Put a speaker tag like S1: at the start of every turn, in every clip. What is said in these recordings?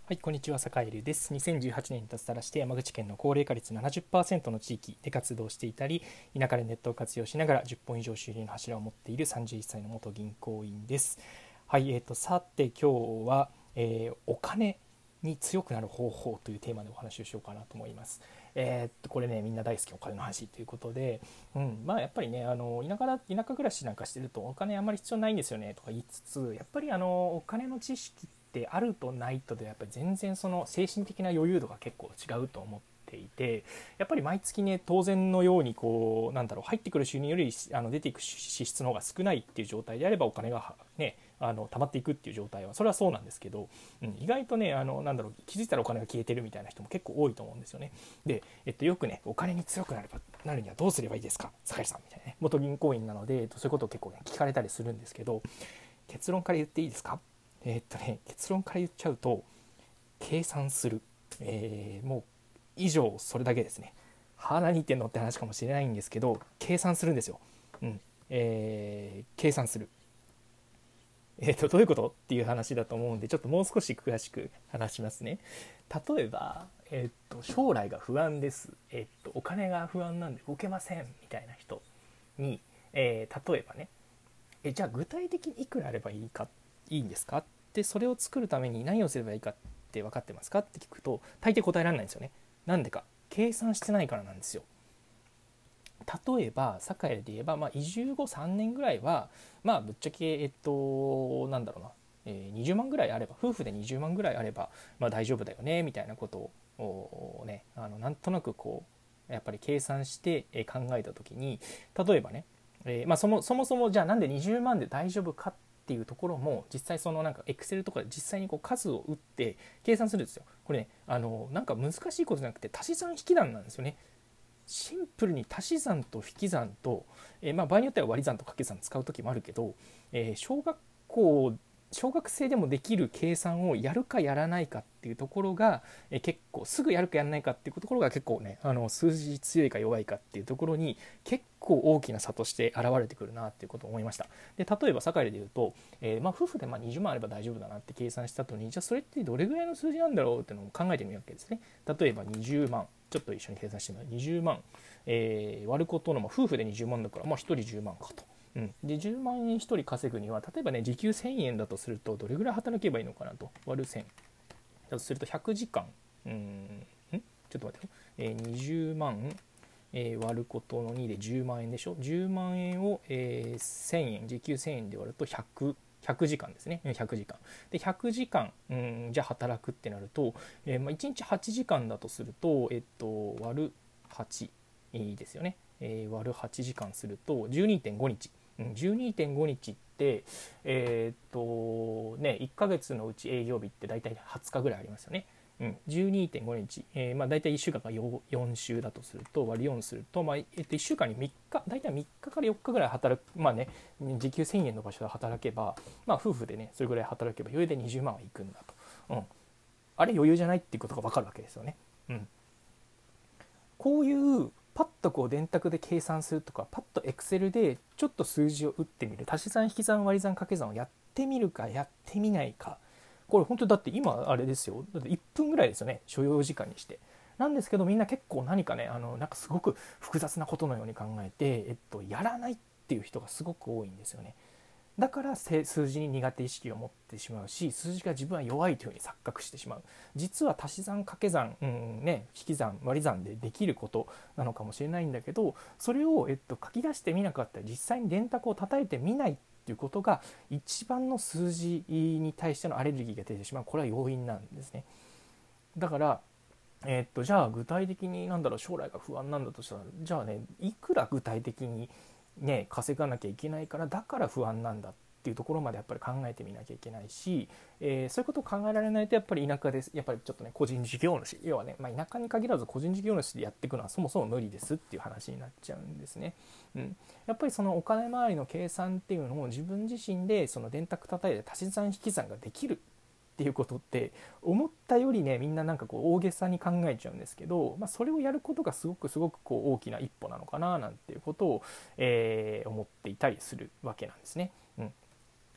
S1: はい、こんにちは、坂井です。2018年に脱サラして山口県の高齢化率70%の地域で活動していたり、田舎でネットを活用しながら10本以上収入の柱を持っている31歳の元銀行員です。はい、さて今日は、お金に強くなる方法というテーマでお話をしようかなと思います。これね、みんな大好きお金の話ということで、まあやっぱりね、田舎暮らしなんかしてるとお金あんまり必要ないんですよねとか言いつつ、やっぱりお金の知識ってあるとないとでやっぱり全然その精神的な余裕度が結構違うと思っていて、やっぱり毎月ね当然のようにこう入ってくる収入より出ていく支出の方が少ないっていう状態であればお金がね溜まっていくっていう状態はそれはそうなんですけど、意外とね気づいたらお金が消えてるみたいな人も結構多いと思うんですよね。で、よくねお金に強くなるにはどうすればいいですか坂井さんみたいなね、元銀行員なので、そういうことを結構ね聞かれたりするんですけど、結論から言っていいですか。結論から言っちゃうと計算する、もう以上それだけですね。何言ってんのって話かもしれないんですけど、計算するんですよ。計算する。どういうことっていう話だと思うんで、ちょっともう少し詳しく話しますね。例えば、将来が不安です、お金が不安なんで動けませんみたいな人に、例えばね、じゃあ具体的にいくらあればいいんですかって、それを作るために何をすればいいかって分かってますかって聞くと大抵答えられないんですよね。なんでか、計算してないからなんですよ。例えば堺で言えば、移住後3年ぐらいはぶっちゃけなんだろうな、20万ぐらいあれば、夫婦で20万ぐらいあれば大丈夫だよねみたいなことをね、なんとなくこうやっぱり計算して考えた時に、例えばね、そもそもじゃあなんで20万で大丈夫かっていうところも、実際そのなんかエクセルとかで実際にこう数を打って計算するんですよ。これね、なんか難しいことじゃなくて足し算引き算なんですよね。シンプルに足し算と引き算と、場合によっては割り算と掛け算使う時もあるけど、小学生でもできる計算をやるかやらないかっていうところが、結構すぐやるかやらないかっていうところが結構ね、数字強いか弱いかっていうところに結構大きな差として現れてくるなっていうことを思いました。で、例えば堺で言うと、夫婦で20万あれば大丈夫だなって計算した後に、じゃあそれってどれぐらいの数字なんだろうっていうのを考えてみるわけですね。例えば20万、ちょっと一緒に計算してみる。20万、割ることの、夫婦で20万だから、1人10万かと。で10万円1人稼ぐには、例えばね時給1000円だとするとどれぐらい働けばいいのかなと、割る1000だとすると100時間、ちょっと待ってよ、20万、割ることの2で10万円でしょ。10万円を、1000円、時給1000円で割ると100時間ですね。100時間で100時間、じゃあ働くってなると、1日8時間だとすると、割る8ですよね。割る8時間すると 12.5 日。12.5 日って、1ヶ月のうち営業日って大体20日ぐらいありますよね。12.5 日、大体1週間が4週だとすると割り4すると、1週間に3日、大体3日から4日ぐらい働く、時給1000円の場所で働けば、夫婦でねそれぐらい働けば余裕で20万はいくんだと、あれ余裕じゃないっていうことが分かるわけですよね。こういうパッとこう電卓で計算するとか、パッとエクセルでちょっと数字を打ってみる、足し算引き算割り算掛け算をやってみるかやってみないか、これ本当だって今あれですよ、だって1分ぐらいですよね、所要時間にして。なんですけどみんな結構何かね、なんかすごく複雑なことのように考えて、やらないっていう人がすごく多いんですよね。だから数字に苦手意識を持ってしまうし、数字が自分は弱いというふうに錯覚してしまう。実は足し算掛け算、引き算割り算でできることなのかもしれないんだけど、それを、書き出してみなかったり実際に電卓を叩いてみないっていうことが一番の数字に対してのアレルギーが出てしまう、これは要因なんですね。だからじゃあ具体的に将来が不安なんだとしたら、じゃあねいくら具体的にね稼がなきゃいけないから、だから不安なんだっていうところまでやっぱり考えてみなきゃいけないし、そういうことを考えられないとやっぱり田舎です、やっぱりちょっとね個人事業主、要はね、田舎に限らず個人事業主でやっていくのはそもそも無理ですっていう話になっちゃうんですね。やっぱりそのお金回りの計算っていうのを自分自身でその電卓叩いて足し算引き算ができるっていうことって思ったよりね、みんななんかこう大げさに考えちゃうんですけど、それをやることがすごくこう大きな一歩なのかななんていうことを、思っていたりするわけなんですね。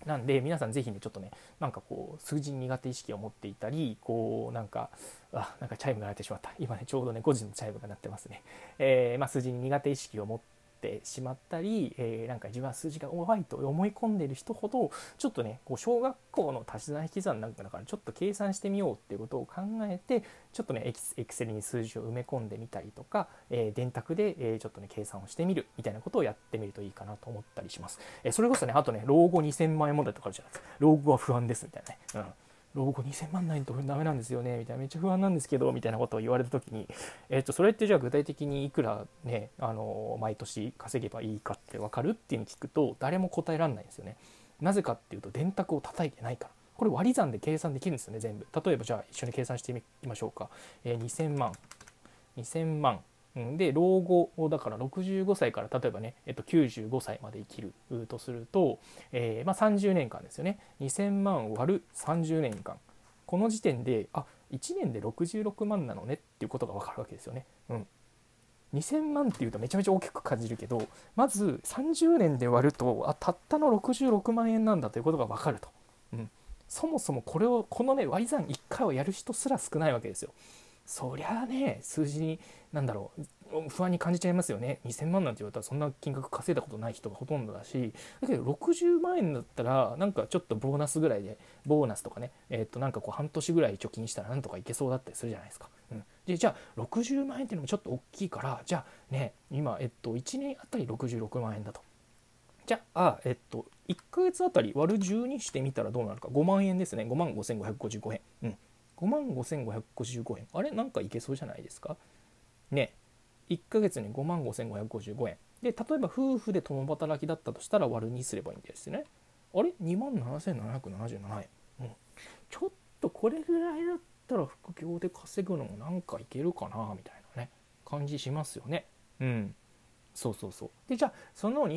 S1: なんで皆さんぜひねちょっとねなんかこう数字に苦手意識を持っていたりこうなんかチャイムが鳴ってしまった。今ねちょうどね5時のチャイムが鳴ってますね。数字に苦手意識を持ってしまったり、なんか自分は数字が弱いと思い込んでいる人ほどちょっとねこう小学校の足し算引き算なんかだからちょっと計算してみようっていうことを考えてちょっとねエクセルに数字を埋め込んでみたりとか、電卓で、ちょっとね計算をしてみるみたいなことをやってみるといいかなと思ったりします。それこそねあとね老後2000万円問題とかあるじゃないですか。老後は不安ですみたいなね、老後2000万ないとダメなんですよねみたいな、めっちゃ不安なんですけどみたいなことを言われた時に、それってじゃあ具体的にいくらね毎年稼げばいいかって分かるっていうのを聞くと誰も答えられないんですよね。なぜかっていうと電卓を叩いてないから。これ割り算で計算できるんですよね全部。例えばじゃあ一緒に計算してみましょうか。2000万で老後だから65歳から例えばね、95歳まで生きるとすると、30年間ですよね。2000万割る30年間、この時点で1年で66万なのねっていうことが分かるわけですよね。2000万っていうとめちゃめちゃ大きく感じるけど、まず30年で割るとたったの66万円なんだということが分かると。そもそもこのね割り算1回をやる人すら少ないわけですよ。そりゃあね数字に不安に感じちゃいますよね。2000万なんて言われたらそんな金額稼いだことない人がほとんどだし、だけど60万円だったらなんかちょっとボーナスぐらいでボーナスとかね、なんかこう半年ぐらい貯金したらなんとかいけそうだったりするじゃないですか。じゃあ60万円っていうのもちょっと大きいから、じゃあね今1年あたり66万円だと。じゃあ1ヶ月あたり割る10にしてみたらどうなるか。5万円ですね。5万5555円。5万5555円。あれなんかいけそうじゃないですかね。1ヶ月に5万5555円で、例えば夫婦で共働きだったとしたら割る2すればいいんですね。あれ2万7777円、ちょっとこれぐらいだったら副業で稼ぐのもなんかいけるかなみたいなね感じしますよね。そうで、じゃあその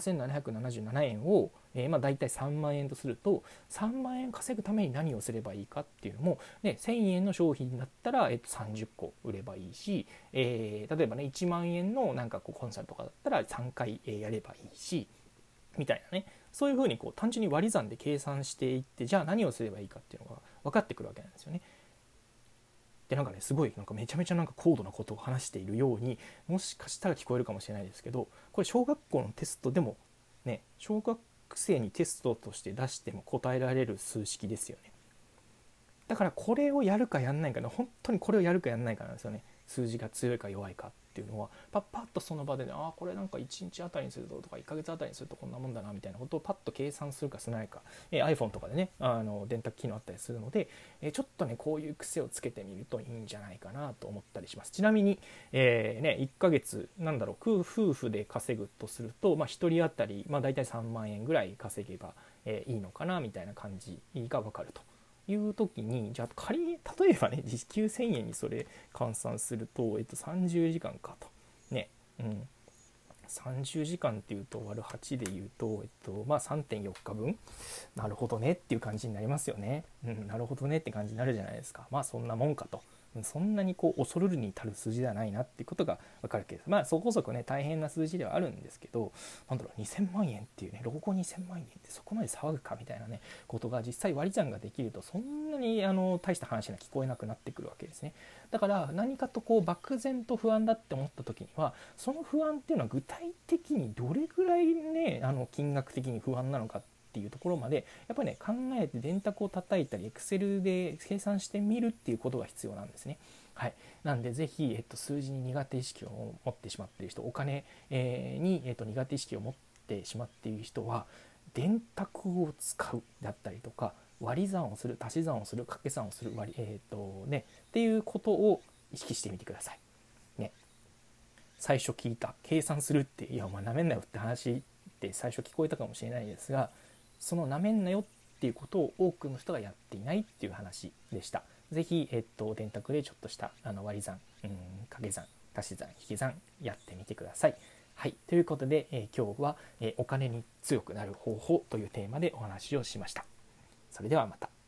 S1: 27,777円を、だいたい3万円とすると、3万円稼ぐために何をすればいいかっていうのも、1000円の商品だったら、30個売ればいいし、例えばね1万円のなんかこうコンサルとかだったら3回、やればいいしみたいなね、そういうふうにこう単純に割り算で計算していって、じゃあ何をすればいいかっていうのが分かってくるわけなんですよね。でなんかねすごいなんかめちゃめちゃなんか高度なことを話しているようにもしかしたら聞こえるかもしれないですけど、これ小学校のテストでもね、小学生にテストとして出しても答えられる数式ですよね。だからこれをやるかやんないかの、本当にこれをやるかやんないかなんですよね。数字が強いか弱いかっていうのはパッとその場でね、これなんか1日あたりにするとか1ヶ月あたりにするとこんなもんだなみたいなことをパッと計算するかしないか、iPhone とかでね電卓機能あったりするので、ちょっとねこういう癖をつけてみるといいんじゃないかなと思ったりします。ちなみに、1ヶ月夫婦で稼ぐとすると、1人当たりだいたい3万円ぐらい稼げば、いいのかなみたいな感じが分かるという時に、じゃあ仮に例えばね時給1000円にそれ換算すると、30時間かとね、30時間っていうと割る8でいうと、3.4日分、なるほどねっていう感じになりますよね。なるほどねって感じになるじゃないですか。そんなもんかと。そんなにこう恐るるに足る数字ではないなっていうことが分かるけど、そこそこね大変な数字ではあるんですけど、2000万円っていうね、老後2000万円ってそこまで騒ぐかみたいなねことが実際割り算ができると、そんなに大した話が聞こえなくなってくるわけですね。だから何かとこう漠然と不安だって思った時には、その不安っていうのは具体的にどれぐらいね金額的に不安なのかっていうところまでやっぱりね考えて電卓を叩いたり Excel で計算してみるっていうことが必要なんですね。なんでぜひ、数字に苦手意識を持ってしまっている人、お金、に、苦手意識を持ってしまっている人は電卓を使うだったりとか、割り算をする、足し算をする、掛け算をする、っていうことを意識してみてください。最初聞いた計算するって、いやお前なめんなよって話って最初聞こえたかもしれないですが、そのなめんなよっていうことを多くの人がやっていないっていう話でした。ぜひ、電卓でちょっとした割り算、掛け算、足し算、引き算やってみてください。ということで、今日は、お金に強くなる方法というテーマでお話をしました。それではまた。